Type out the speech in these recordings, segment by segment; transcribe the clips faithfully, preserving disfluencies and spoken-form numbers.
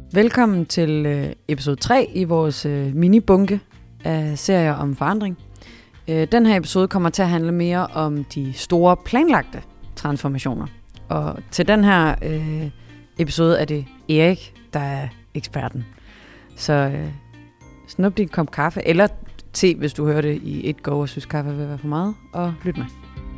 Velkommen til øh, episode tre i vores øh, minibunke af serier om forandring. Øh, den her episode kommer til at handle mere om de store planlagte transformationer. Og til den her øh, episode er det Erik, der er eksperten. Så øh, snup din kop kaffe, eller te, hvis du hører det i et go og synes kaffe vil være for meget, og lyt med.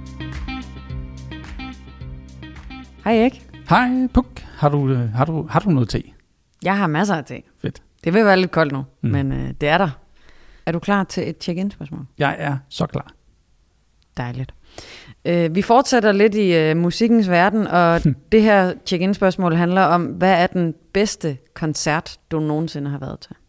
Hej Erik. Hej Puk. Har du, har, du, har du noget te? Jeg har masser af te. Fedt. Det vil være lidt koldt nu, mm. men øh, det er der. Er du klar til et check-in-spørgsmål? Jeg er så klar. Dejligt. Øh, vi fortsætter lidt i øh, musikkens verden, og det her check-in-spørgsmål handler om, hvad er den bedste koncert, du nogensinde har været til?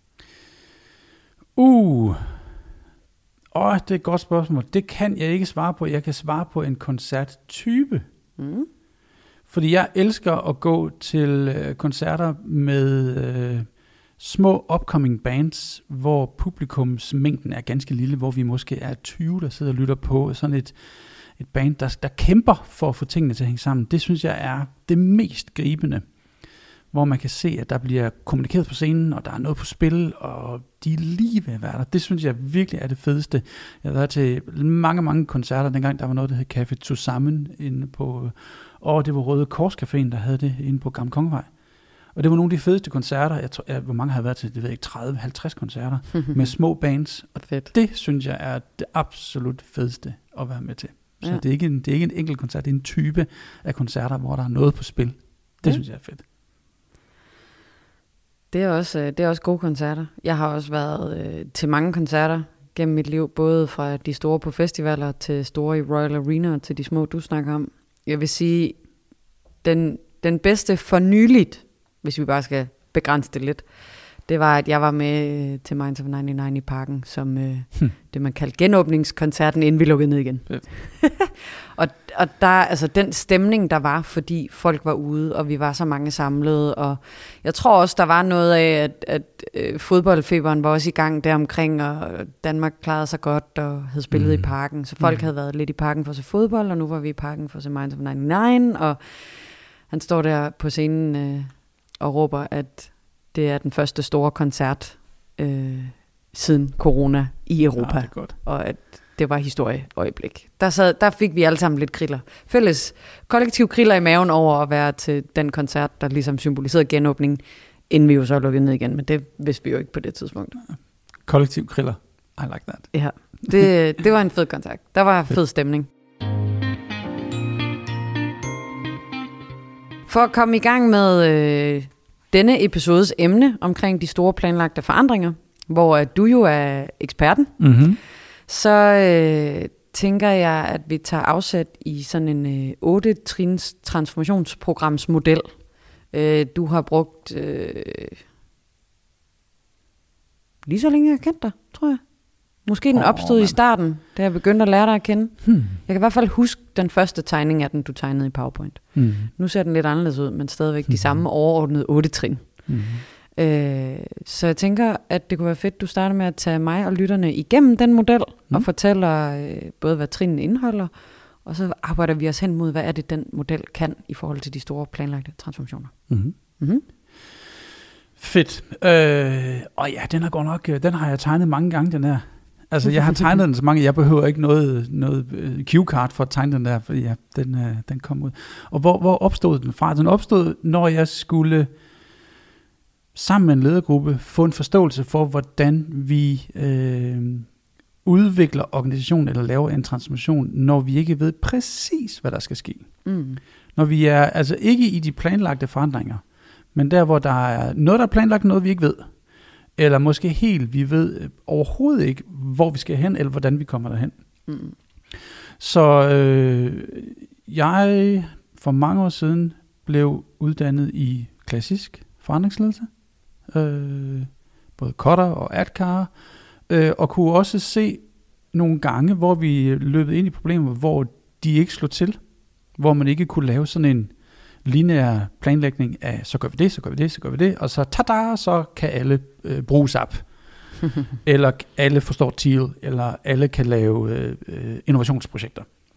Uh. Åh, det er et godt spørgsmål. Det kan jeg ikke svare på. Jeg kan svare på en koncerttype. Mm. Fordi jeg elsker at gå til øh, koncerter med øh, små upcoming bands, hvor publikumsmængden er ganske lille, hvor vi måske er tyve, der sidder og lytter på. Sådan et, et band, der, der kæmper for at få tingene til at hænge sammen. Det synes jeg er det mest gribende. Hvor man kan se, at der bliver kommunikeret på scenen, og der er noget på spil, og de er lige ved at være der. Det synes jeg virkelig er det fedeste. Jeg har været til mange, mange koncerter, dengang der var noget, der hed Café Zusammen inde på... Og det var Røde Kors Caféen, der havde det inde på Gamle Kongevej. Og det var nogle af de fedeste koncerter. Jeg tror, jeg, hvor mange har været til, det ved jeg ikke, tredive halvtreds koncerter med små bands. Og Fedt. Det synes jeg er det absolut fedeste at være med til. Så ja. det, er ikke en, det er ikke en enkelt koncert, det er en type af koncerter, hvor der er noget på spil. Det ja. synes jeg er fedt. Det er også, det er også gode koncerter. Jeg har også været øh, til mange koncerter gennem mit liv, både fra de store på festivaler til store i Royal Arena til de små, du snakker om. Jeg vil sige, den, den bedste for nyligt, hvis vi bare skal begrænse det lidt, det var, at jeg var med til Minds of nioghalvfems i Parken, som øh, hm. det man kaldte genåbningskoncerten, inden vi lukkede ned igen. og og der, altså den stemning, der var, fordi folk var ude, og vi var så mange samlede, og jeg tror også, der var noget af, at, at øh, fodboldfeberen var også i gang deromkring, og Danmark klarede sig godt, og havde spillet mm. i Parken, så folk mm. havde været lidt i Parken for at se fodbold, og nu var vi i Parken for at se Minds of nioghalvfems, og han står der på scenen øh, og råber, at det er den første store koncert øh, siden corona i Europa. Ja, det er godt. Og at det var historieøjeblik. Der, sad, der fik vi alle sammen lidt kriller. Fælles kollektiv kriller i maven over at være til den koncert, der ligesom symboliserede genåbningen, inden vi jo så lukkede ned igen. Men det vidste vi jo ikke på det tidspunkt. Kollektiv kriller. I like that. Ja, det, det var en fed koncert. Der var fed stemning. For at komme i gang med... Øh, denne episodes emne omkring de store planlagte forandringer, hvor du jo er eksperten, mm-hmm. så øh, tænker jeg, at vi tager afsæt i sådan en øh, otte-trins transformationsprogramsmodel. Øh, du har brugt øh, lige så længe jeg har kendt dig, tror jeg. Måske den opstod oh, i starten, da jeg begyndte at lære dig at kende. Hmm. Jeg kan i hvert fald huske den første tegning af den, du tegnede i PowerPoint. Hmm. Nu ser den lidt anderledes ud, men stadigvæk hmm. de samme overordnede otte trin. Hmm. Øh, så jeg tænker, at det kunne være fedt, du starter med at tage mig og lytterne igennem den model, hmm. og fortæller øh, både, hvad trinene indeholder, og så arbejder vi os hen mod, hvad er det, den model kan i forhold til de store planlagte transformationer. Hmm. Mm-hmm. Fedt. Øh, og ja, den, er godt nok, den har jeg tegnet mange gange, den her. Altså, jeg har tegnet den så mange, jeg behøver ikke noget, noget cue-card for at tegne den der, fordi ja, den, øh, den kom ud. Og hvor, hvor opstod den fra? Den opstod, når jeg skulle sammen med en ledergruppe få en forståelse for, hvordan vi øh, udvikler organisationen eller laver en transformation, når vi ikke ved præcis, hvad der skal ske. Mm. Når vi er altså ikke i de planlagte forandringer, men der, hvor der er noget, der er planlagt, noget vi ikke ved. Eller måske helt, vi ved overhovedet ikke, hvor vi skal hen, eller hvordan vi kommer derhen. Mm. Så øh, jeg for mange år siden blev uddannet i klassisk forandringsledelse. Øh, både Kotter og Adkar. Øh, og kunne også se nogle gange, hvor vi løbede ind i problemer, hvor de ikke slog til. Hvor man ikke kunne lave sådan en lineær planlægning af, så gør vi det, så gør vi det, så gør vi det, og så tada, så kan alle øh, bruge S A P. eller alle forstår T E A L, eller alle kan lave øh, innovationsprojekter.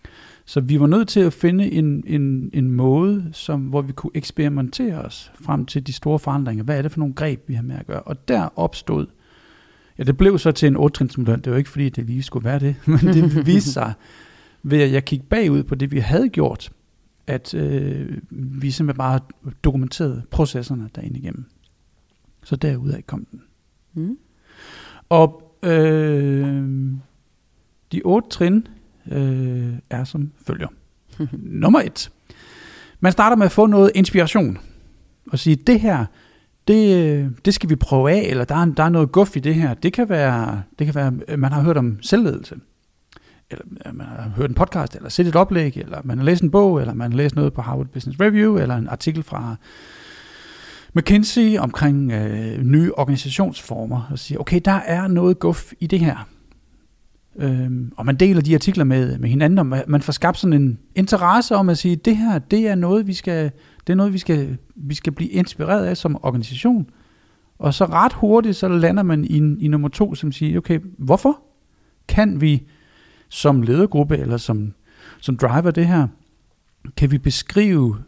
Så vi var nødt til at finde en, en, en måde, som, hvor vi kunne eksperimentere os frem til de store forandringer. Hvad er det for nogle greb, vi har med at gøre? Og der opstod, ja, det blev så til en otte-trinsmodel. Det var ikke fordi, det lige skulle være det, men det viste sig, ved at jeg kiggede bagud på det, vi havde gjort, at øh, vi simpelthen bare dokumenterede processerne derinde igennem. Så derudaf kom den. Mm. Og øh, de otte trin øh, er som følger. Nummer et. Man starter med at få noget inspiration. Og sige, det her, det, det skal vi prøve af, eller der er, der er noget guf i det her. Det kan være, det kan være, man har hørt om selvledelse. Eller man har hørt en podcast, eller set et oplæg, eller man har læst en bog, eller man har læst noget på Harvard Business Review, eller en artikel fra McKinsey omkring øh, nye organisationsformer, og siger, okay, der er noget guf i det her. Øhm, og man deler de artikler med, med hinanden, og man får skabt sådan en interesse om at sige, det her, det er noget, vi skal, det er noget, vi skal, vi skal blive inspireret af som organisation. Og så ret hurtigt, så lander man i, i nummer to, som siger, okay, hvorfor kan vi som ledergruppe, eller som, som driver det her, kan vi beskrive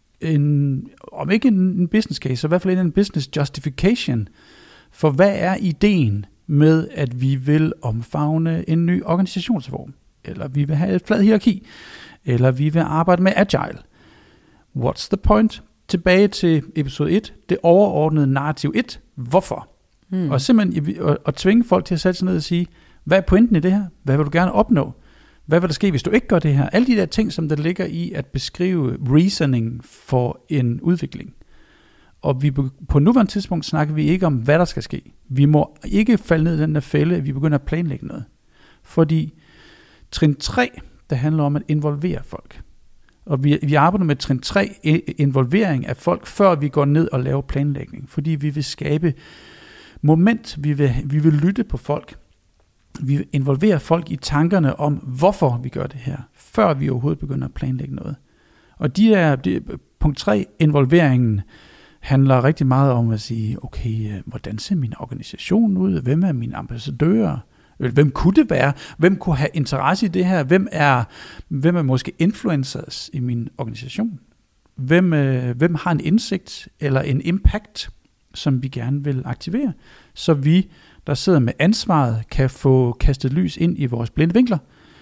en, om ikke en, en business case, så i hvert fald en business justification, for hvad er ideen med, at vi vil omfavne en ny organisationsform, eller vi vil have et flad hierarki, eller vi vil arbejde med agile. What's the point? Tilbage til episode et, det overordnede narrativ et, hvorfor? Hmm. Og simpelthen at, at tvinge folk til at sætte sig ned og sige, hvad er pointen i det her? Hvad vil du gerne opnå? Hvad vil der ske, hvis du ikke gør det her? Alle de der ting, som der ligger i at beskrive reasoning for en udvikling. Og vi på nuværende tidspunkt snakker vi ikke om, hvad der skal ske. Vi må ikke falde ned i den der fælde, at vi begynder at planlægge noget. Fordi trin tre, der handler om at involvere folk. Og vi, vi arbejder med trin tre, involvering af folk, før vi går ned og laver planlægning. Fordi vi vil skabe moment, vi vil, vi vil lytte på folk. Vi vil involvere folk i tankerne om, hvorfor vi gør det her, før vi overhovedet begynder at planlægge noget. Og de der, de, punkt tre, involveringen, handler rigtig meget om at sige, okay, hvordan ser min organisation ud? Hvem er mine ambassadører? Hvem kunne det være? Hvem kunne have interesse i det her? Hvem er, hvem er måske influencers i min organisation? Hvem, øh, hvem har en indsigt eller en impact, som vi gerne vil aktivere? Så vi, der sidder med ansvaret, kan få kastet lys ind i vores blinde vinkler,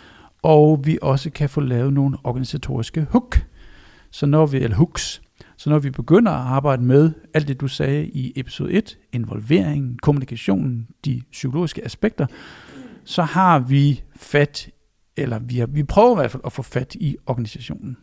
og vi også kan få lavet nogle organisatoriske hook, så når vi, eller hooks, så når vi begynder at arbejde med alt det, du sagde i episode et, involveringen, kommunikationen, de psykologiske aspekter, så har vi fat, eller vi, har, vi prøver i hvert fald at få fat i organisationen.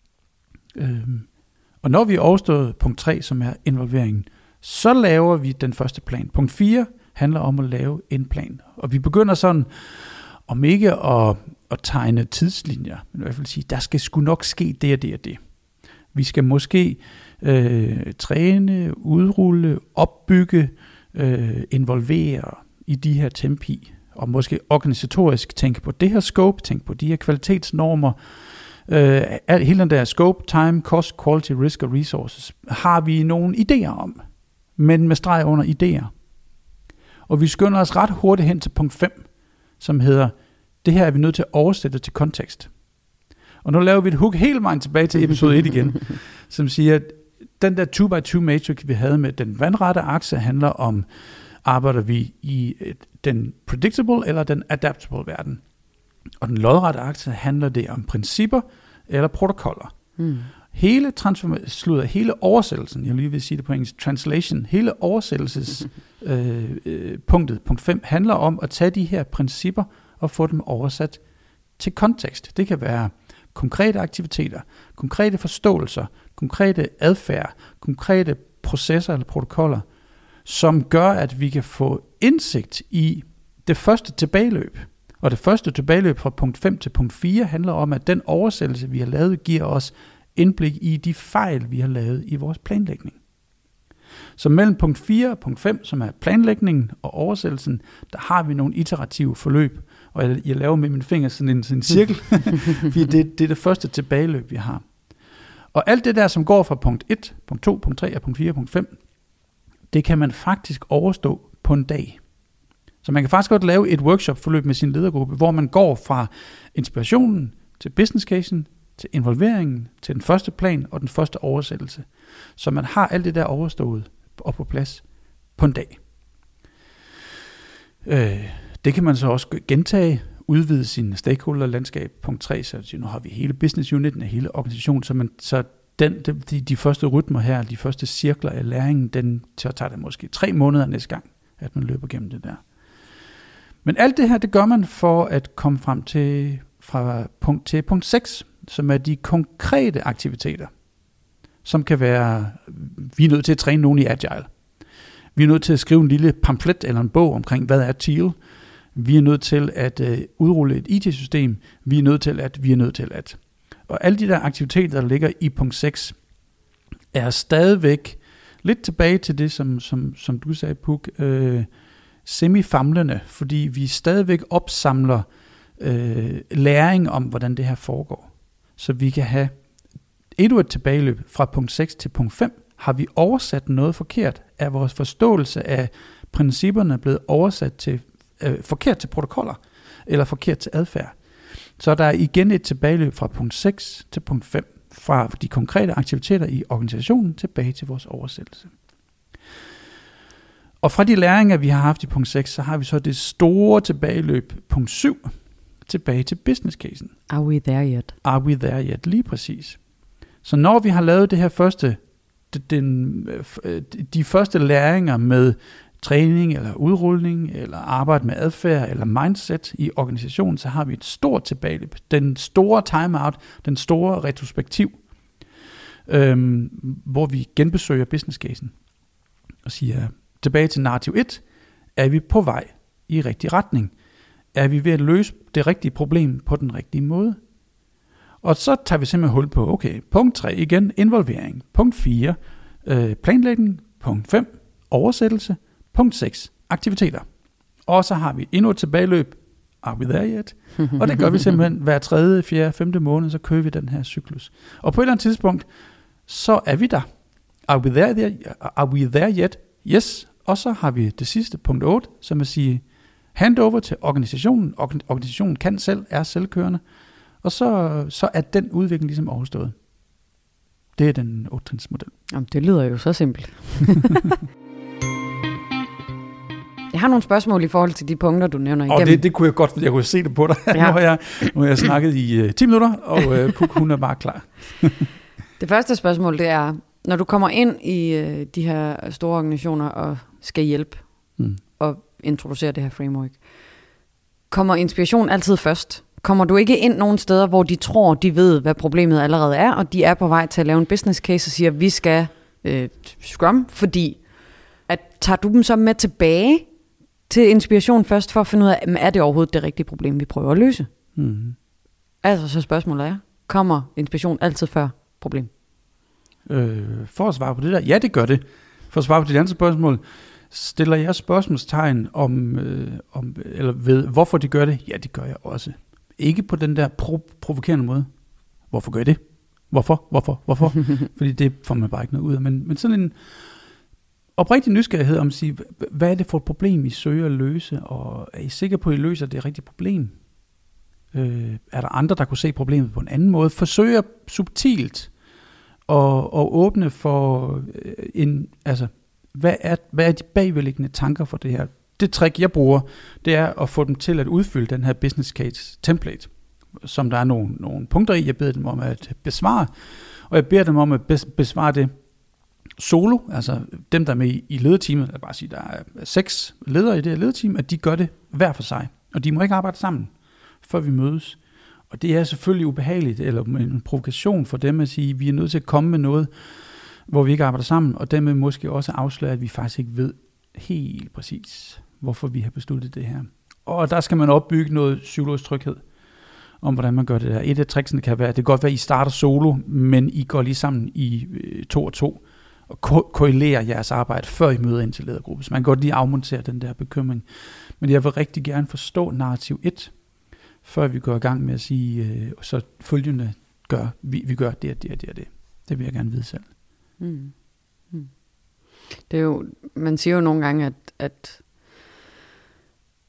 Øhm, og når vi har overstået punkt tre, som er involveringen, så laver vi den første plan. Punkt fire handler om at lave en plan. Og vi begynder sådan, om ikke at, at tegne tidslinjer, men i hvert fald sige, der skal sgu nok ske det og det og det. Vi skal måske øh, træne, udrulle, opbygge, øh, involvere i de her tempi, og måske organisatorisk tænke på det her scope, tænke på de her kvalitetsnormer, øh, hele den der scope, time, cost, quality, risk og resources, har vi nogle idéer om, men med streg under idéer. Og vi skynder os ret hurtigt hen til punkt fem, som hedder, det her er vi nødt til at oversætte til kontekst. Og nu laver vi et hook hele vejen tilbage til episode et igen, som siger, at den der to by to matrix, vi havde med den vandrette akse, handler om, arbejder vi i den predictable eller den adaptable verden. Og den lodrette akse handler det om principper eller protokoller. Mm. Hele, transform- hele oversættelsen, jeg lige vil sige det på engelsk, translation, hele oversættelsespunktet, øh, punktet, punkt fem, handler om at tage de her principper og få dem oversat til kontekst. Det kan være konkrete aktiviteter, konkrete forståelser, konkrete adfærd, konkrete processer eller protokoller, som gør, at vi kan få indsigt i det første tilbageløb. Og det første tilbageløb fra punkt fem til punkt fire handler om, at den oversættelse, vi har lavet, giver os indblik i de fejl, vi har lavet i vores planlægning. Så mellem punkt fire og punkt fem, som er planlægningen og oversættelsen, der har vi nogle iterative forløb. Og jeg, jeg laver med mine fingre sådan en, sådan en cirkel, fordi det, det er det første tilbageløb, vi har. Og alt det der, som går fra punkt et, punkt to, punkt tre og punkt fire, punkt fem, det kan man faktisk overstå på en dag. Så man kan faktisk godt lave et workshop-forløb med sin ledergruppe, hvor man går fra inspirationen til business casen, til involveringen, til den første plan og den første oversættelse. Så man har alt det der overstået og på plads på en dag. Øh, det kan man så også gentage, udvide sin stakeholder-landskab. Punkt tre, så nu har vi hele business uniten og hele organisationen, så, man, så den, de, de første rytmer her, de første cirkler af læringen, den så tager det måske tre måneder næste gang, at man løber gennem det der. Men alt det her, det gør man for at komme frem til fra punkt til punkt seks, som er de konkrete aktiviteter, som kan være, vi er nødt til at træne nogen i Agile. Vi er nødt til at skrive en lille pamflet eller en bog omkring, hvad er Teal. Vi er nødt til at øh, udrulle et I T-system. Vi er nødt til at, vi er nødt til at. Og alle de der aktiviteter, der ligger i punkt seks, er stadigvæk lidt tilbage til det, som, som, som du sagde, Puk, øh, semifamlende, fordi vi stadigvæk opsamler øh, læring om, hvordan det her foregår. Så vi kan have endnu et tilbageløb fra punkt seks til punkt fem. Har vi oversat noget forkert? Er vores forståelse af principperne blevet oversat til øh, forkert til protokoller, eller forkert til adfærd? Så der er igen et tilbageløb fra punkt seks til punkt fem, fra de konkrete aktiviteter i organisationen tilbage til vores oversættelse. Og fra de læringer, vi har haft i punkt seks, så har vi så det store tilbageløb, punkt syv, tilbage til business casen. Are we there yet? Are we there yet? Lige præcis. Så når vi har lavet det her første, den, de første læringer med træning eller udrulning eller arbejde med adfærd eller mindset i organisationen, så har vi et stort tilbageløb. Den store timeout, den store retrospektiv, øhm, hvor vi genbesøger business casen og siger, tilbage til narrativ et, er vi på vej i rigtig retning? Er vi ved at løse det rigtige problem på den rigtige måde? Og så tager vi simpelthen hul på, okay, punkt tre igen, involvering. Punkt fire, øh, planlægning. Punkt fem, oversættelse. Punkt seks, aktiviteter. Og så har vi endnu et tilbageløb. Are we there yet? Og det gør vi simpelthen hver tredje, fjerde, femte måned, så kører vi den her cyklus. Og på et eller andet tidspunkt, så er vi der. Are we there, there? Are we there yet? Yes. Og så har vi det sidste, punkt otte, som at sige, handover til organisationen. Organisationen kan selv, er selvkørende. Og så, så er den udvikling ligesom overstået. Det er den otte-trinsmodel. Jamen, det lyder jo så simpelt. Jeg har nogle spørgsmål i forhold til de punkter, du nævner igennem. Og det, det kunne jeg godt, jeg kunne se det på dig. Ja. Nu har jeg, nu har jeg snakket i uh, ti minutter, og uh, Puk, hun er bare klar. Det første spørgsmål, det er, når du kommer ind i uh, de her store organisationer og skal hjælpe mm. og introducere det her framework, kommer inspiration altid først? Kommer du ikke ind nogen steder, hvor de tror, de ved, hvad problemet allerede er, og de er på vej til at lave en business case og siger, at vi skal øh, Scrum, fordi at, tager du dem så med tilbage til inspiration først for at finde ud af, er det overhovedet det rigtige problem, vi prøver at løse? Mm. Altså så spørgsmålet er, kommer inspiration altid før problem? Øh, for at svare på det der, ja det gør det. For at svare på det andet spørgsmål, stiller jeg spørgsmålstegn om, øh, om, eller ved, hvorfor de gør det? Ja, det gør jeg også. Ikke på den der pro- provokerende måde. Hvorfor gør jeg det? Hvorfor? Hvorfor? Hvorfor? Fordi det får man bare ikke noget ud af. Men, men sådan en oprigtig nysgerrighed om at sige, hvad er det for et problem, I søger at løse? Og er I sikre på, at I løser det rigtige problem? Øh, er der andre, der kunne se problemet på en anden måde? Forsøger subtilt og, og åbne for en, altså, hvad er, hvad er de bagvedliggende tanker for det her? Det trick, jeg bruger, det er at få dem til at udfylde den her business case template, som der er nogle, nogle punkter i. Jeg beder dem om at besvare, og jeg beder dem om at besvare det solo, altså dem, der er med i lederteamet, lad bare sige, der er seks ledere i det her lederteam, at de gør det hver for sig, og de må ikke arbejde sammen, før vi mødes. Og det er selvfølgelig ubehageligt, eller en provokation for dem at sige, at vi er nødt til at komme med noget, hvor vi ikke arbejder sammen, og dermed måske også afsløre, at vi faktisk ikke ved helt præcis, hvorfor vi har besluttet det her. Og der skal man opbygge noget psykologisk tryghed om, hvordan man gør det der. Et af tricksene kan være, det kan godt være, at I starter solo, men I går lige sammen i øh, to og to, og ko- korrelerer jeres arbejde, før I møder ind til ledergruppe. Så man kan godt lige afmontere den der bekymring. Men jeg vil rigtig gerne forstå narrativ et, før vi går i gang med at sige, øh, så følgende gør, vi, vi gør det og det og det og det. Det vil jeg gerne vide selv. Mm. Mm. Det er jo, man siger jo nogle gange, at, at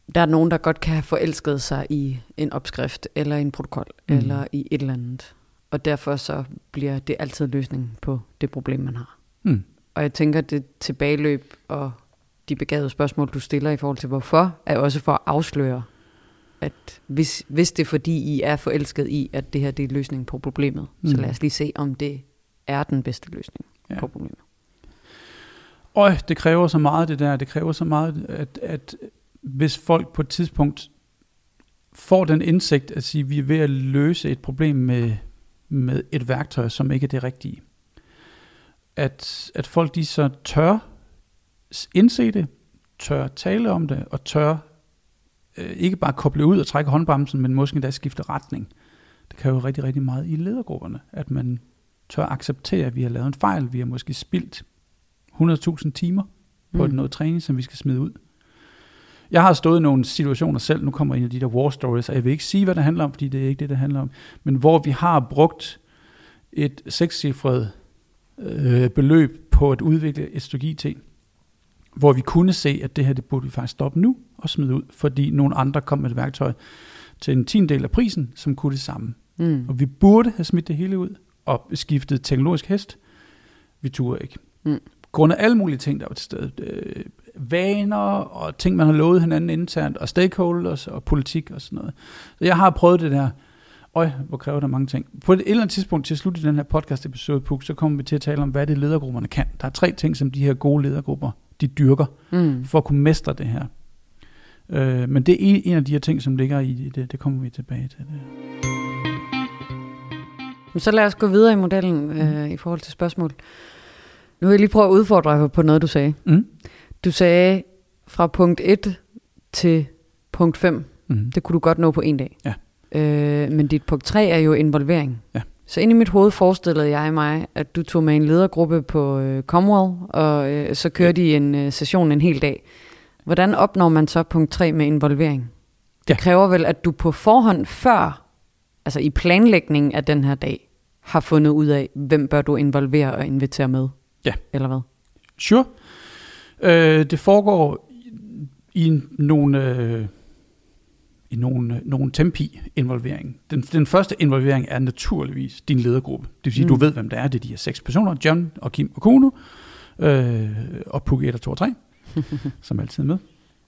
der er nogen, der godt kan have forelsket sig i en opskrift, eller en protokol, mm. eller i et eller andet. Og derfor så bliver det altid løsningen på det problem, man har. Mm. Og jeg tænker, det tilbageløb og de begavede spørgsmål, du stiller i forhold til hvorfor, er også for at afsløre, at hvis, hvis det er fordi, I er forelsket i, at det her det er løsningen på problemet, mm. så lad os lige se, om det er den bedste løsning ja. på problemet. Og det kræver så meget det der, det kræver så meget, at, at hvis folk på et tidspunkt får den indsigt at sige, at vi er ved at løse et problem med, med et værktøj, som ikke er det rigtige, at, at folk de så tør indse det, tør tale om det, og tør øh, ikke bare koble ud og trække håndbremsen, men måske endda skifte retning. Det kræver rigtig, rigtig meget i ledergrupperne, at man tør acceptere, at vi har lavet en fejl, vi har måske spildt hundrede tusind timer på mm. noget træning, som vi skal smide ud. Jeg har stået i nogle situationer selv, nu kommer en af de der war stories, og jeg vil ikke sige, hvad det handler om, fordi det er ikke det, det handler om, men hvor vi har brugt et sekscifret øh, beløb på at udvikle et stykke I T, hvor vi kunne se, at det her, det burde vi faktisk stoppe nu og smide ud, fordi nogle andre kom med et værktøj til en tiendedel af prisen, som kunne det samme. Mm. Og vi burde have smidt det hele ud og skiftet teknologisk hest. Vi turde ikke. Mm. Grundet alle mulige ting, der var til stede. Øh, vaner og ting, man har lovet hinanden internt, og stakeholders og politik og sådan noget. Så jeg har prøvet det der. Øj, hvor kræver der mange ting. På et eller andet tidspunkt til slut i den her podcast-episode, Puk, så kommer vi til at tale om, hvad det ledergrupperne kan. Der er tre ting, som de her gode ledergrupper, de dyrker, mm. for at kunne mestre det her. Øh, men det er en, en af de her ting, som ligger i det. Det kommer vi tilbage til. Det. Så lad os gå videre i modellen øh, mm. i forhold til spørgsmål. Nu vil jeg lige prøve at udfordre dig på noget, du sagde. Mm. Du sagde fra punkt et til punkt fem, mm. det kunne du godt nå på en dag. Ja. Øh, men dit punkt tre er jo involvering. Ja. Så inde i mit hoved forestillede jeg mig, at du tog med en ledergruppe på øh, Comwell, og øh, så kørte I en øh, session en hel dag. Hvordan opnår man så punkt tre med involvering? Det ja. kræver vel, at du på forhånd før, altså i planlægningen af den her dag, har fundet ud af, hvem bør du involvere og invitere med? Ja. Eller hvad? Sure. Øh, det foregår i, i nogle... Øh i nogle, nogle tempi-involvering. Den, den første involvering er naturligvis din ledergruppe. Det vil sige, mm. du ved, hvem det er. Det er de her seks personer, John og Kim og Kuno, øh, og Puk et og to og tre, som altid er med.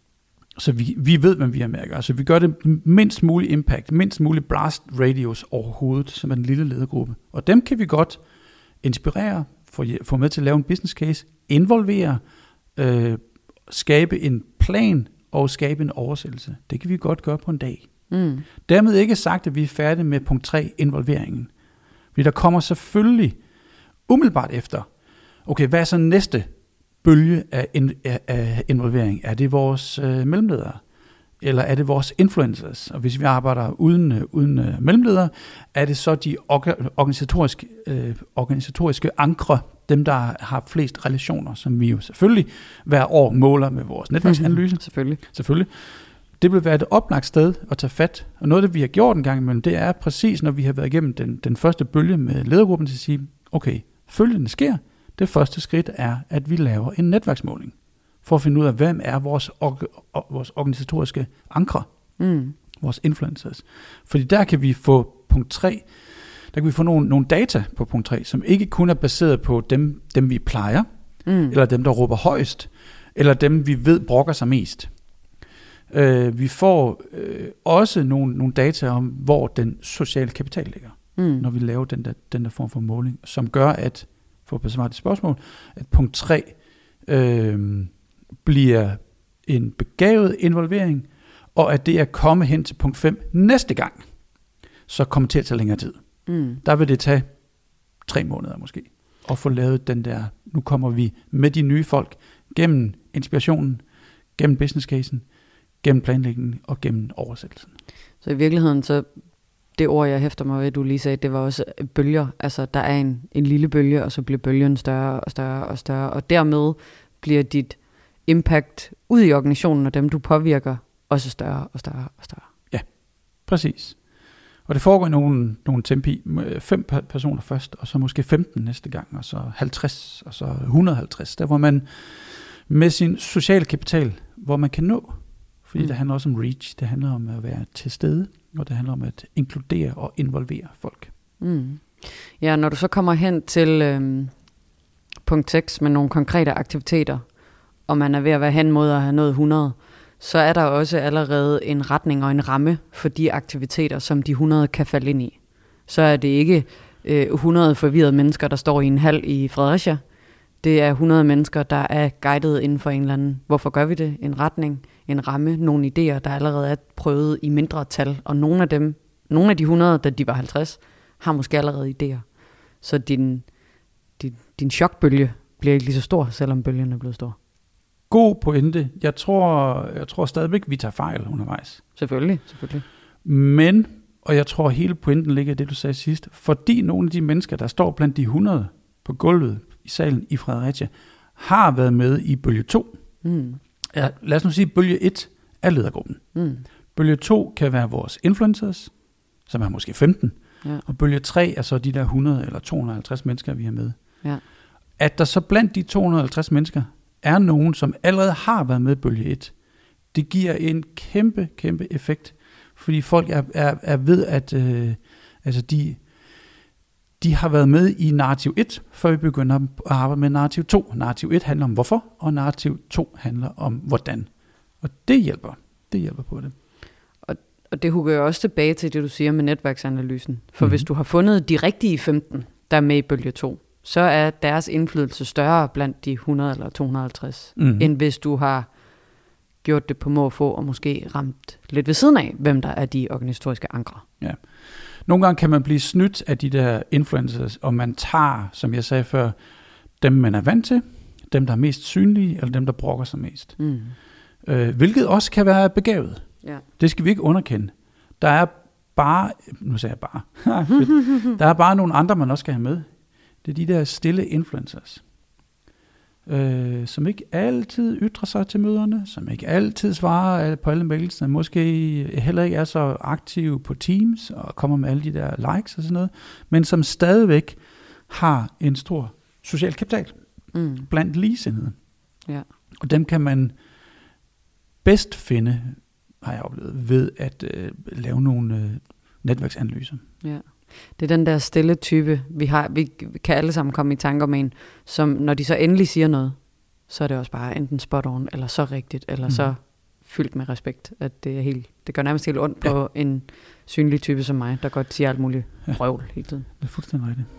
Så vi, vi ved, hvem vi har med at gøre. Så vi gør det mindst mulig impact, mindst mulig blast radius overhovedet, som er den lille ledergruppe. Og dem kan vi godt inspirere, få, få med til at lave en business case, involvere, øh, skabe en plan, og skabe en oversættelse. Det kan vi godt gøre på en dag. Mm. Dermed ikke sagt, at vi er færdige med punkt tre, involveringen. Fordi der kommer selvfølgelig umiddelbart efter, okay, hvad er så næste bølge af, in, af, af involvering? Er det vores øh, mellemledere? Eller er det vores influencers? Og hvis vi arbejder uden, øh, uden øh, mellemledere, er det så de orga, organisatoriske, øh, organisatoriske ankre, dem, der har flest relationer, som vi jo selvfølgelig hver år måler med vores netværksanalyse. Mm-hmm. Selvfølgelig. Selvfølgelig. Det vil være et oplagt sted at tage fat. Og noget, det vi har gjort en gang imellem, det er præcis, når vi har været igennem den, den første bølge med ledergruppen, til at sige, okay, følgende sker. Det første skridt er, at vi laver en netværksmåling, for at finde ud af, hvem er vores, or- vores organisatoriske ankre, mm. vores influencers. Fordi der kan vi få punkt tre, der kan vi få nogle, nogle data på punkt tre, som ikke kun er baseret på dem, dem vi plejer, mm. eller dem, der råber højst, eller dem, vi ved brokker sig mest. Uh, vi får uh, også nogle, nogle data om, hvor den sociale kapital ligger, mm. når vi laver den der, den der form for måling, som gør, at, for at besvare det spørgsmål, at punkt tre uh, bliver en begavet involvering, og at det er komme hen til punkt fem næste gang, så kommer til at tage længere tid. Mm. Der vil det tage tre måneder måske, at få lavet den der, nu kommer vi med de nye folk, gennem inspirationen, gennem business casen, gennem planlægningen og gennem oversættelsen. Så i virkeligheden, så det ord, jeg hæfter mig ved, du lige sagde, det var også bølger. Altså, der er en, en lille bølge, og så bliver bølgen større og større og større, og dermed bliver dit impact ud i organisationen, og dem du påvirker, også større og større og større. Ja, præcis. Og det foregår i nogle, nogle tempi, fem personer først, og så måske femten næste gang, og så halvtreds, og så et hundrede og halvtreds. Der hvor man med sin sociale kapital, hvor man kan nå Fordi Mm. det handler også om reach, det handler om at være til stede, og det handler om at inkludere og involvere folk. Mm. Ja, når du så kommer hen til øhm, punkt seks med nogle konkrete aktiviteter, og man er ved at være hen mod at have nået hundrede, så er der også allerede en retning og en ramme for de aktiviteter, som de hundrede kan falde ind i. Så er det ikke øh, hundrede forvirrede mennesker, der står i en hal i Fredericia. Det er hundrede mennesker, der er guidet inden for en eller anden. Hvorfor gør vi det? En retning, en ramme, nogle idéer, der allerede er prøvet i mindre tal. Og nogle af dem, nogle af de hundrede, da de var halvtreds, har måske allerede idéer. Så din, din, din chokbølge bliver ikke lige så stor, selvom bølgen er blevet stor. God pointe. Jeg tror, jeg tror stadigvæk, vi tager fejl undervejs. Selvfølgelig, selvfølgelig. Men, og jeg tror hele pointen ligger i det, du sagde sidst, fordi nogle af de mennesker, der står blandt de hundrede på gulvet i salen i Fredericia, har været med i bølge to. Mm. Ja, lad os nu sige, bølge et er ledergruppen. Mm. Bølge to kan være vores influencers, som er måske femten. Ja. Og bølge tre er så de der hundrede eller to hundrede og halvtreds mennesker, vi har med. Ja. At der så blandt de to hundrede og halvtreds mennesker er nogen, som allerede har været med i bølge et, det giver en kæmpe, kæmpe effekt. Fordi folk er, er, er ved, at øh, altså de, de har været med i narrativ et, før vi begynder at arbejde med narrativ to. Narrativ et handler om hvorfor, og narrativ to handler om hvordan. Og det hjælper. Det hjælper på det. Og, og det hugger jo også tilbage til det, du siger med netværksanalysen. For mm-hmm. hvis du har fundet de rigtige femten, der er med i bølge to, så er deres indflydelse større blandt de hundrede eller to hundrede og halvtreds, mm-hmm. end hvis du har gjort det på må få, og måske ramt lidt ved siden af, hvem der er de organisatoriske ankre. Ja. Nogle gange kan man blive snydt af de der influencers, og man tager, som jeg sagde før, dem man er vant til, dem der er mest synlige, eller dem der brokker sig mest. Mm. Øh, hvilket også kan være begavet. Ja. Det skal vi ikke underkende. Der er bare, nu siger jeg bare, der er bare nogle andre, man også skal have med. Det er de der stille influencers, øh, som ikke altid ytrer sig til møderne, som ikke altid svarer på alle mailsene, måske heller ikke er så aktive på Teams og kommer med alle de der likes og sådan noget, men som stadigvæk har en stor social kapital mm. blandt ligesindede. Ja. Og dem kan man bedst finde, har jeg oplevet, ved at øh, lave nogle øh, netværksanalyser. Ja. Det er den der stille type, vi har. Vi kan alle sammen komme i tanker med en, som når de så endelig siger noget, så er det også bare enten spot on, eller så rigtigt, eller mm. så fyldt med respekt, at det er helt, det gør nærmest helt ondt ja. på en synlig type som mig, der godt siger alt muligt røvl hele tiden. Det er fuldstændig rigtigt.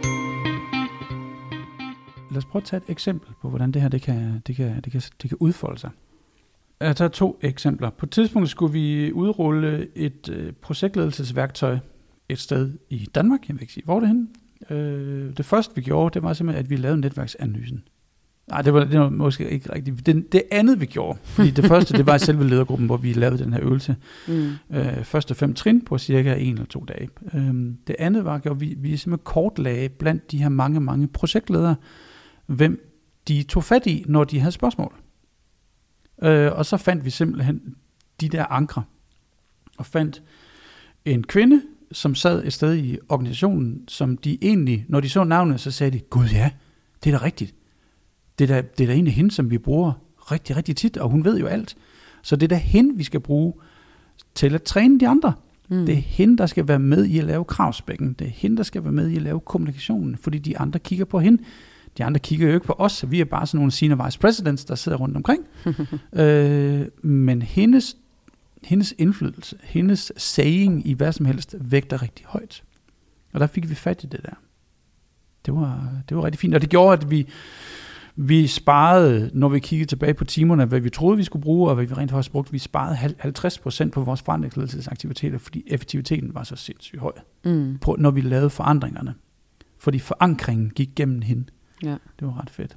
Lad os prøve at tage et eksempel på, hvordan det her det kan, det kan, det kan, det kan udfolde sig. Jeg tager to eksempler. På et tidspunkt skulle vi udrulle et øh, projektledelsesværktøj et sted i Danmark. Jeg vil ikke sige, hvor det er henne. Øh, det første, vi gjorde, det var simpelthen, at vi lavede netværksanalysen. Nej, det var, det var måske ikke rigtigt. Det, det andet, vi gjorde, fordi det første, det var selve ledergruppen, hvor vi lavede den her øvelse. Mm. Øh, første fem trin på cirka en eller to dage. Øh, det andet var, at vi, vi simpelthen kortlagde blandt de her mange, mange projektledere, hvem de tog fat i, når de havde spørgsmål. Øh, og så fandt vi simpelthen de der ankre, og fandt en kvinde, som sad et sted i organisationen, som de egentlig, når de så navnet, så sagde de, gud ja, det er da rigtigt. Det er da, det er da egentlig hende, som vi bruger rigtig, rigtig tit, og hun ved jo alt. Så det er da hende, vi skal bruge til at træne de andre. Mm. Det er hende, der skal være med i at lave kravspækken. Det er hende, der skal være med i at lave kommunikationen, fordi de andre kigger på hende. De andre kigger jo ikke på os, så vi er bare sådan nogle senior vice presidents, der sidder rundt omkring. øh, men hendes, hendes indflydelse, hendes saying i hvad som helst, vægter rigtig højt. Og der fik vi fat i det der. Det var, det var rigtig fint, og det gjorde, at vi, vi sparede, når vi kiggede tilbage på timerne, hvad vi troede, vi skulle bruge, og hvad vi rent faktisk brugte. Vi sparede halvtreds procent på vores forandringsledelsesaktiviteter, fordi effektiviteten var så sindssygt høj, mm. på, når vi lavede forandringerne. Fordi forankringen gik gennem hende. Ja. Det var ret fedt.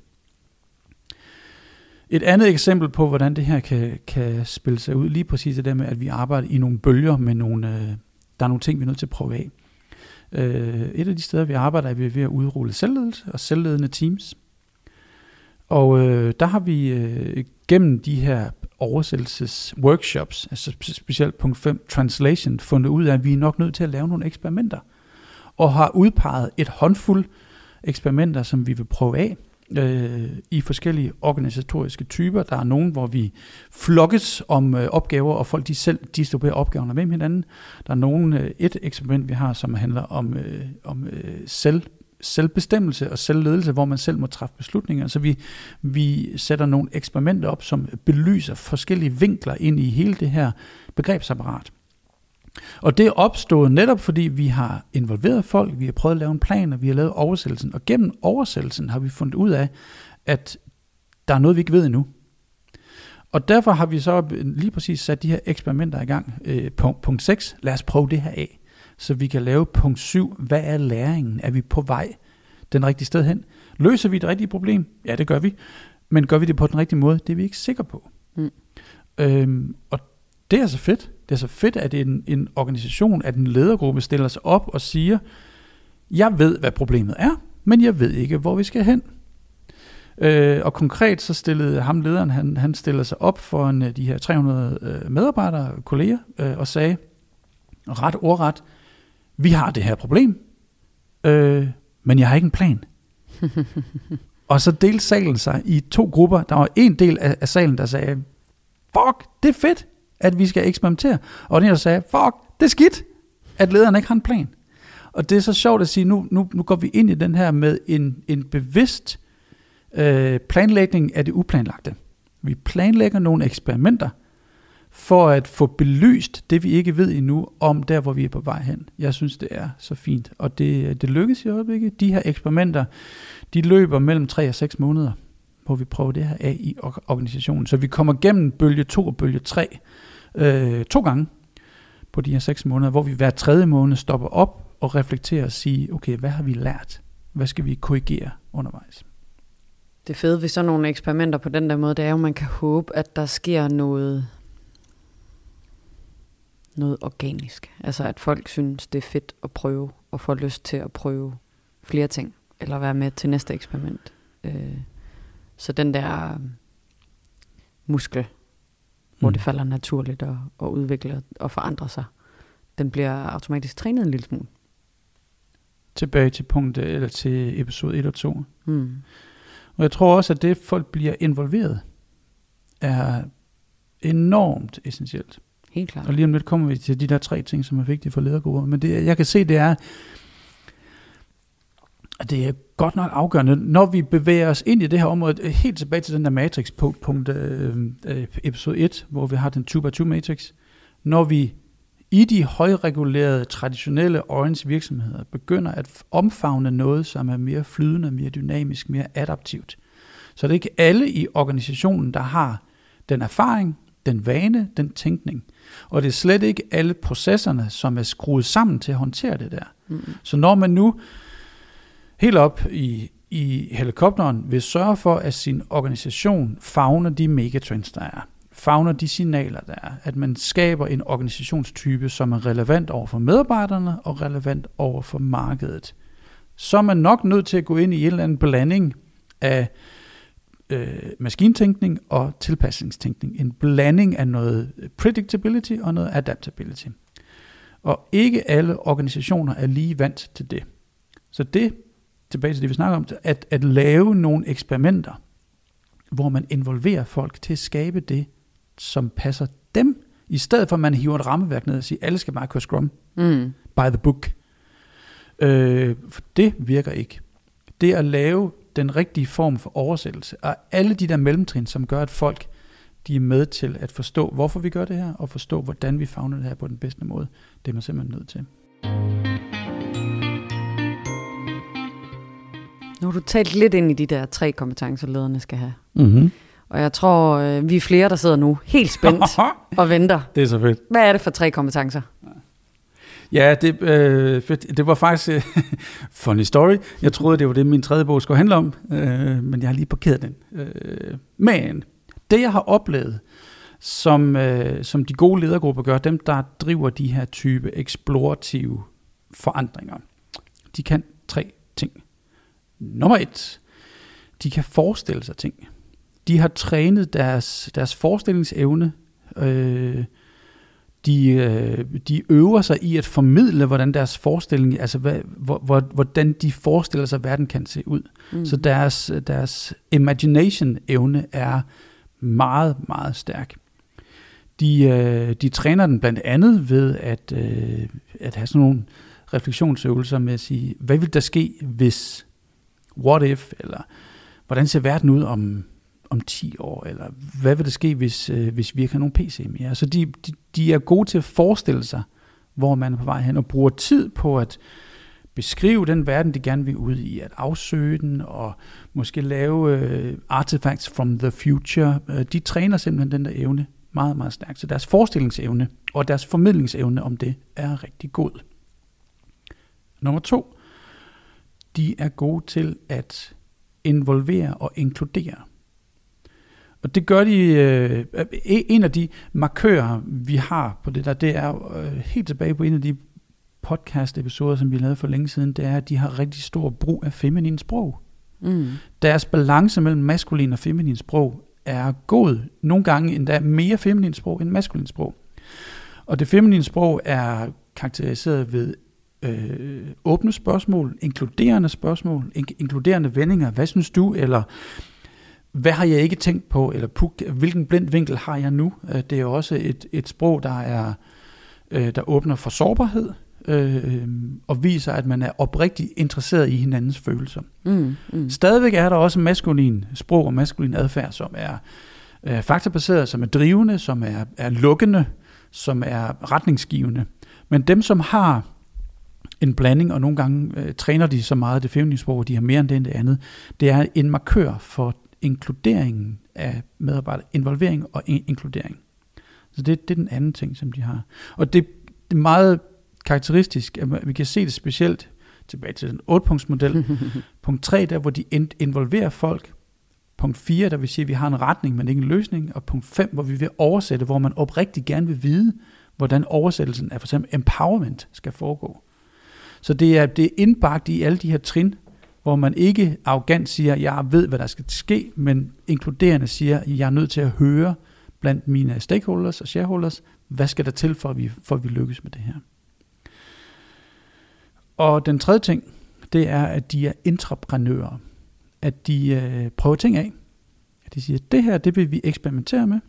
Et andet eksempel på, hvordan det her kan, kan spille sig ud, lige præcis det der med, at vi arbejder i nogle bølger med nogle, øh, der er nogle ting, vi er nødt til at prøve af. Øh, et af de steder, vi arbejder, er vi ved at udrulle selvledelse og selvledende teams. Og øh, der har vi øh, gennem de her oversættelsesworkshops, altså specielt punkt fem, translation, fundet ud af, at vi er nok nødt til at lave nogle eksperimenter. Og har udpeget et håndfuld eksperimenter, som vi vil prøve af, øh, i forskellige organisatoriske typer. Der er nogen, hvor vi flokkes om øh, opgaver, og folk de selv distribuerer opgaverne med hinanden. Der er nogen, øh, et eksperiment, vi har, som handler om, øh, om øh, selv, selvbestemmelse og selvledelse, hvor man selv må træffe beslutninger. Så vi, vi sætter nogle eksperimenter op, som belyser forskellige vinkler ind i hele det her begrebsapparat. Og det er opstået netop, fordi vi har involveret folk, vi har prøvet at lave en plan, og vi har lavet oversættelsen. Og gennem oversættelsen har vi fundet ud af, at der er noget, vi ikke ved endnu. Og derfor har vi så lige præcis sat de her eksperimenter i gang. Øh, punkt, punkt seks, lad os prøve det her af, så vi kan lave punkt syv, hvad er læringen? Er vi på vej den rigtige sted hen? Løser vi det rigtige problem? Ja, det gør vi. Men gør vi det på den rigtige måde? Det er vi ikke sikre på. Mm. Øhm, og det er så fedt. Det er så fedt, at en, en organisation, at en ledergruppe stiller sig op og siger, jeg ved, hvad problemet er, men jeg ved ikke, hvor vi skal hen. Øh, og konkret så stillede ham lederen, han, han stillede sig op for en, de her tre hundrede øh, medarbejdere, kolleger, øh, og sagde, ret ordret, vi har det her problem, øh, men jeg har ikke en plan. Og så delte salen sig i to grupper. Der var en del af, af salen, der sagde, fuck, det er fedt, at vi skal eksperimentere. Og den der sagde, fuck, det er skidt, at lederen ikke har en plan. Og det er så sjovt at sige, nu, nu, nu går vi ind i den her med en, en bevidst øh, planlægning af det uplanlagte. Vi planlægger nogle eksperimenter, for at få belyst det, vi ikke ved endnu, om der, hvor vi er på vej hen. Jeg synes, det er så fint. Og det, det lykkes i øjeblikket. De her eksperimenter, de løber mellem tre og seks måneder, hvor vi prøver det her af i organisationen. Så vi kommer gennem bølge to og bølge tre øh, to gange på de her seks måneder, hvor vi hver tredje måned stopper op og reflekterer og siger, okay, hvad har vi lært? Hvad skal vi korrigere undervejs? Det fede ved sådan nogle eksperimenter på den der måde, det er jo, at man kan håbe, at der sker noget, noget organisk. Altså at folk synes, det er fedt at prøve, og får lyst til at prøve flere ting, eller være med til næste eksperiment. Øh, så den der muskel, mm. hvor det falder naturligt at, at udvikle og forandre sig, den bliver automatisk trænet en lille smule. Tilbage til punkt, eller til episode et og to. Mm. Og jeg tror også, at det, folk bliver involveret, er enormt essentielt. Helt klart. Og lige om lidt kommer vi til de der tre ting, som er vigtige for ledergrupper. Men det, jeg kan se, det er, at det er godt nok afgørende, når vi bevæger os ind i det her område, helt tilbage til den der matrix på punkt øh, episode et, hvor vi har den to by to matrix. Når vi i de højregulerede, traditionelle orange virksomheder begynder at omfavne noget, som er mere flydende, mere dynamisk, mere adaptivt. Så det er ikke alle i organisationen, der har den erfaring, den vane, den tænkning. Og det er slet ikke alle processerne, som er skruet sammen til at håndtere det der. Mm. Så når man nu helt op i, i helikopteren vil sørge for, at sin organisation favner de megatrends, der er, favner de signaler, der er, at man skaber en organisationstype, som er relevant over for medarbejderne og relevant over for markedet, så er man nok nødt til at gå ind i en eller anden blanding af øh, maskintænkning og tilpasningstænkning. En blanding af noget predictability og noget adaptability. Og ikke alle organisationer er lige vant til det. Så det, tilbage til det, vi snakker om, at, at lave nogle eksperimenter, hvor man involverer folk til at skabe det, som passer dem, i stedet for at man hiver et rammeværk ned og siger, alle skal bare køre Scrum, mm. by the book. Øh, for det virker ikke. Det at lave den rigtige form for oversættelse, og alle de der mellemtrin, som gør, at folk de er med til at forstå, hvorfor vi gør det her, og forstå, hvordan vi favner det her på den bedste måde, det er man simpelthen nødt til. Nu har du talt lidt ind i de der tre kompetencer, lederne skal have. Mm-hmm. Og jeg tror, øh, vi er flere, der sidder nu helt spændt og venter. Det er så fedt. Hvad er det for tre kompetencer? Ja, det, øh, det var faktisk øh, funny story. Jeg troede, det var det, min tredje bog skulle handle om, øh, men jeg har lige parkeret den. Øh, men det, jeg har oplevet, som, øh, som de gode ledergrupper gør, dem, der driver de her type eksplorative forandringer, de kan tre ting. Nummer et, de kan forestille sig ting. De har trænet deres, deres forestillingsevne. Øh, De, øh, de øver sig i at formidle, hvordan deres forestilling, altså hvad, hvor, hvordan de forestiller sig, at verden kan se ud. Mm. Så deres, deres imagination-evne er meget, meget stærk. De, øh, de træner den blandt andet ved at, øh, at have sådan nogle refleksionsøvelser med at sige, hvad vil der ske, hvis, what if, eller hvordan ser verden ud om, om ti år, eller hvad vil der ske, hvis, øh, hvis vi ikke har nogen P C mere. Så de, de, de er gode til at forestille sig, hvor man er på vej hen, og bruger tid på at beskrive den verden, de gerne vil ud i, at afsøge den, og måske lave øh, artifacts from the future. De træner simpelthen den der evne meget, meget stærkt. Så deres forestillingsevne og deres formidlingsevne om det er rigtig god. Nummer to, de er gode til at involvere og inkludere. Og det gør de, øh, en af de markører, vi har på det der, det er øh, helt tilbage på en af de podcast-episoder, som vi lavede for længe siden, det er, at de har rigtig stor brug af feminin sprog. Mm. Deres balance mellem maskulin og feminin sprog er god. Nogle gange endda mere feminin sprog end maskulin sprog. Og det feminine sprog er karakteriseret ved øh, åbne spørgsmål, inkluderende spørgsmål, ink- inkluderende vendinger. Hvad synes du? Eller hvad har jeg ikke tænkt på? Eller puk, hvilken blind vinkel har jeg nu? Det er også et, et sprog, der er øh, der åbner for sårbarhed øh, og viser, at man er oprigtigt interesseret i hinandens følelser. Mm, mm. Stadigvæk er der også maskulin sprog og maskulin adfærd, som er øh, faktabaseret, som er drivende, som er, er lukkende, som er retningsgivende. Men dem, som har en blanding, og nogle gange øh, træner de så meget det feminine sprog, og de har mere end det end det andet, det er en markør for inkluderingen af medarbejdere, involvering og in- inkludering. Så det, det er den anden ting, som de har. Og det, det er meget karakteristisk, at vi kan se det specielt tilbage til den otte-punktsmodel. Punkt tre, der hvor de in- involverer folk. Punkt fire, der vil sige, at vi har en retning, men ikke en løsning. Og punkt fem, hvor vi vil oversætte, hvor man oprigtigt gerne vil vide, hvordan oversættelsen af for eksempel empowerment skal foregå. Så det er, det er indbagt i alle de her trin, hvor man ikke arrogant siger, jeg ved, hvad der skal ske, men inkluderende siger, jeg er nødt til at høre blandt mine stakeholders og shareholders, hvad skal der til, for at vi, for at vi lykkes med det her. Og den tredje ting, det er, at de er intraprenører. At de øh, prøver ting af. At de siger, det her, det vil vi eksperimentere med.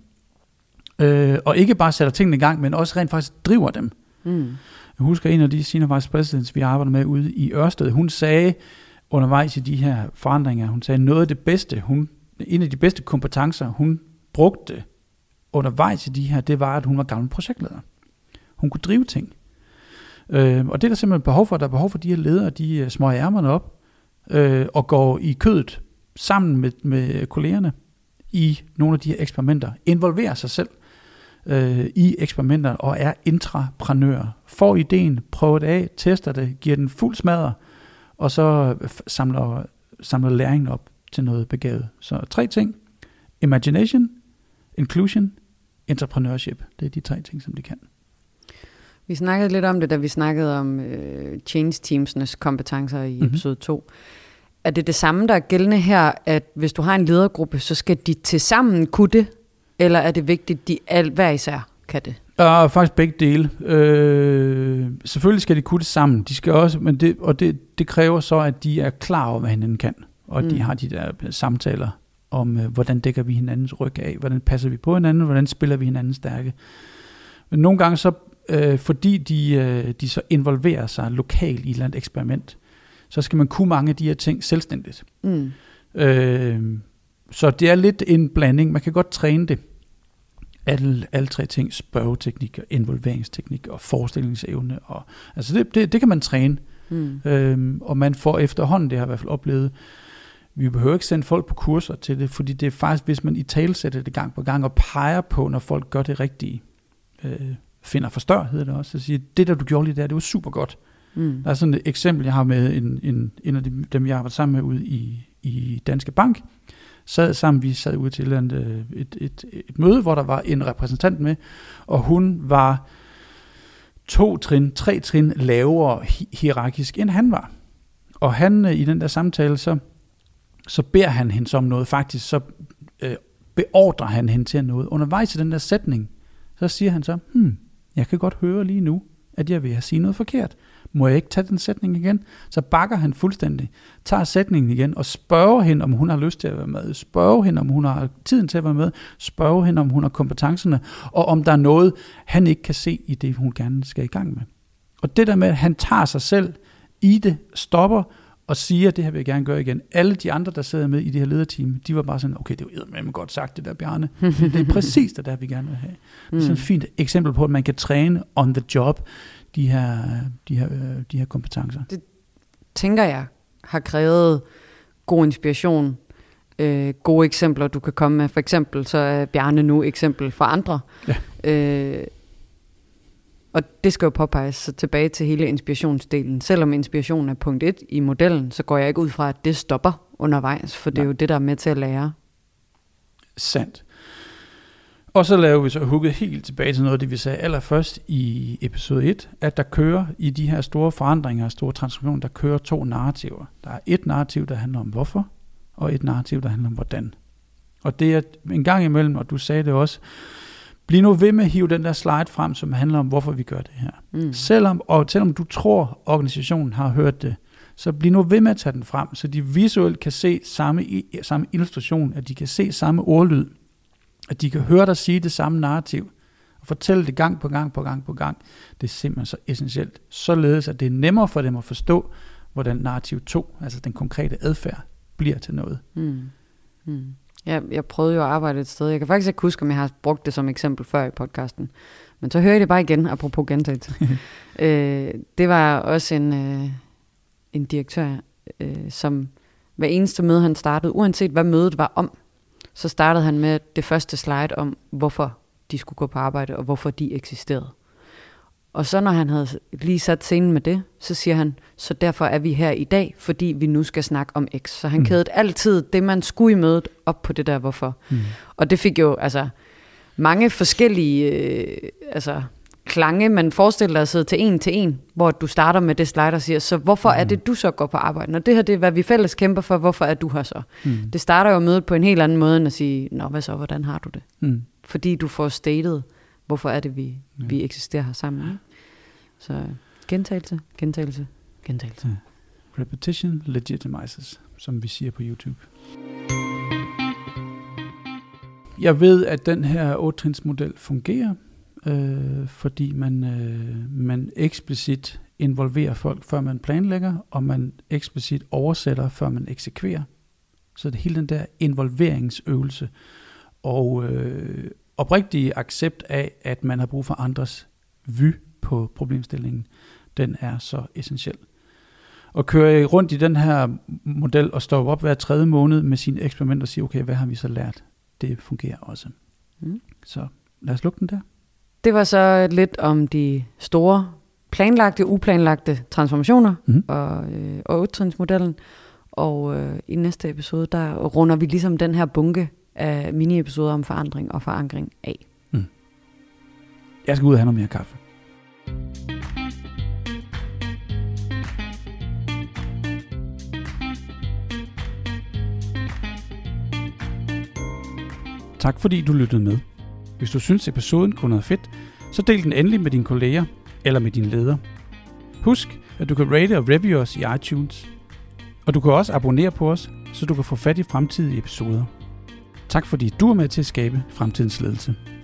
Øh, og ikke bare sætter tingene i gang, men også rent faktisk driver dem. Mm. Jeg husker en af de senior vice presidents, vi arbejder med ude i Ørsted, hun sagde undervejs i de her forandringer, hun sagde, noget af det bedste, hun, en af de bedste kompetencer, hun brugte undervejs i de her, det var, at hun var gammel projektleder. Hun kunne drive ting. Øh, og det er der simpelthen behov for. Der er behov for de her ledere, de smøger ærmerne op øh, og går i kødet sammen med, med kollegerne i nogle af de her eksperimenter. Involverer sig selv øh, i eksperimenter og er intraprenører. Får ideen, prøver det af, tester det, giver den fuld smadre, og så samler, samler læringen op til noget begavet. Så tre ting. Imagination, inclusion, entrepreneurship. Det er de tre ting, som de kan. Vi snakkede lidt om det, da vi snakkede om øh, change teamsnes kompetencer i mm-hmm. episode to. Er det det samme, der er gældende her, at hvis du har en ledergruppe, så skal de tilsammen kunne det? Eller er det vigtigt, at de al, hver især kan det? Uh, faktisk begge dele. Uh, selvfølgelig skal de kunne det sammen. De skal også, men det, og det, det kræver så, at de er klar over, hvad hinanden kan. Og mm. de har de der samtaler om, uh, hvordan dækker vi hinandens ryg af, hvordan passer vi på hinanden, hvordan spiller vi hinanden stærke. Men nogle gange så, uh, fordi de, uh, de så involverer sig lokalt i et eller andet eksperiment, så skal man kunne mange af de her ting selvstændigt. Mm. Uh, så det er lidt en blanding. Man kan godt træne det. Alle, alle tre ting, spørgeteknik, involveringsteknik og forestillingsevne. Og, altså det, det, det kan man træne. Mm. Øhm, og man får efterhånden, det har jeg i hvert fald oplevet, vi behøver ikke sende folk på kurser til det, fordi det er faktisk, hvis man i tale sætter det gang på gang og peger på, når folk gør det rigtige, øh, finder forstør, hedder det også, så siger, det der du gjorde lige der, det var super godt. Mm. Der er sådan et eksempel, jeg har med en, en, en af dem, jeg har været sammen med ude i, i Danske Bank, sad sammen, vi sad ude til et, et, et, et møde, hvor der var en repræsentant med, og hun var to trin, tre trin lavere hierarkisk, end han var. Og han, i den der samtale, så, så beder han hende som noget, faktisk så øh, beordrer han hende til noget. Undervejs i den der sætning, så siger han så, hmm, jeg kan godt høre lige nu, at jeg vil have sige noget forkert. Må jeg ikke tage den sætning igen? Så bakker han fuldstændig, tager sætningen igen og spørger hende, om hun har lyst til at være med. Spørger hende, om hun har tiden til at være med. Spørger hende, om hun har kompetencerne. Og om der er noget, han ikke kan se i det, hun gerne skal i gang med. Og det der med, at han tager sig selv i det, stopper og siger, det her vil jeg gerne gøre igen. Alle de andre, der sidder med i det her lederteam, de var bare sådan, okay, det er jo godt sagt, det der, Bjarne. Det er præcis det der, vi gerne vil have. Det er sådan et fint eksempel på, at man kan træne on the job, de her, de her, de her kompetencer. Det tænker jeg har krævet god inspiration, øh, gode eksempler, du kan komme med. For eksempel, så er Bjarne nu eksempel for andre. Ja. Øh, og det skal jo påpeges så tilbage til hele inspirationsdelen. Selvom inspiration er punkt et i modellen, så går jeg ikke ud fra, at det stopper undervejs, for Nej. Det er jo det, der er med til at lære. Sandt. Og så laver vi så hugget helt tilbage til noget af det, vi sagde allerførst i episode et, at der kører i de her store forandringer, store transformationer, der kører to narrativer. Der er et narrativ, der handler om hvorfor, og et narrativ, der handler om hvordan. Og det er en gang imellem, og du sagde det også, bliv nu ved med at hive den der slide frem, som handler om, hvorfor vi gør det her. Mm. Selvom, og selvom du tror, organisationen har hørt det, så bliv nu ved med at tage den frem, så de visuelt kan se samme, samme illustration, at de kan se samme ordlyd, at de kan høre dig sige det samme narrativ, og fortælle det gang på gang på gang på gang. Det er simpelthen så essentielt. Således, at det er nemmere for dem at forstå, hvordan narrativ to, altså den konkrete adfærd, bliver til noget. Mm. Mm. Ja, jeg prøvede jo at arbejde et sted. Jeg kan faktisk ikke huske, om jeg har brugt det som eksempel før i podcasten. Men så hører jeg det bare igen, apropos gentagelse. øh, det var også en, øh, en direktør, øh, som hver eneste møde, han startede, uanset hvad mødet var om, så startede han med det første slide om, hvorfor de skulle gå på arbejde, og hvorfor de eksisterede. Og så når han havde lige sat scenen med det, så siger han, så derfor er vi her i dag, fordi vi nu skal snakke om X. Så han mm. kædede altid det, man skulle i mødet, op på det der hvorfor. Mm. Og det fik jo altså mange forskellige øh, altså, klange, man forestiller sig til en til en, hvor du starter med det slide og siger, så hvorfor mm. er det, du så går på arbejde? Og det her, det er, hvad vi fælles kæmper for, hvorfor er du her så? Mm. Det starter jo mødet på en helt anden måde, end at sige, nå, hvad så, hvordan har du det? Mm. Fordi du får stated, hvorfor er det, vi, ja. vi eksisterer her sammen. Ikke? Så gentagelse, gentagelse, gentagelse. Ja. Repetition legitimizes, som vi siger på YouTube. Jeg ved, at den her otte-trinsmodel fungerer, øh, fordi man, øh, man eksplicit involverer folk, før man planlægger, og man eksplicit oversætter, før man eksekverer. Så det er hele den der involveringsøvelse, og øh, oprigtig accept af, at man har brug for andres vy på problemstillingen, den er så essentiel. Og kører jeg rundt i den her model og står op hver tredje måned med sine eksperimenter og siger, okay, hvad har vi så lært? Det fungerer også. Mm. Så lad os lukke den der. Det var så lidt om de store planlagte, uplanlagte transformationer mm. og, øh, og otte-trinsmodellen. Og øh, i næste episode, der runder vi ligesom den her bunke af mini-episoder om forandring og forankring af. Mm. Jeg skal ud og have noget mere kaffe. Tak fordi du lyttede med. Hvis du synes episoden kunne være fedt, så del den endelig med dine kolleger eller med din leder. Husk, at du kan rate og review os i iTunes. Og du kan også abonnere på os, så du kan få fat i fremtidige episoder. Tak fordi du er med til at skabe fremtidens ledelse.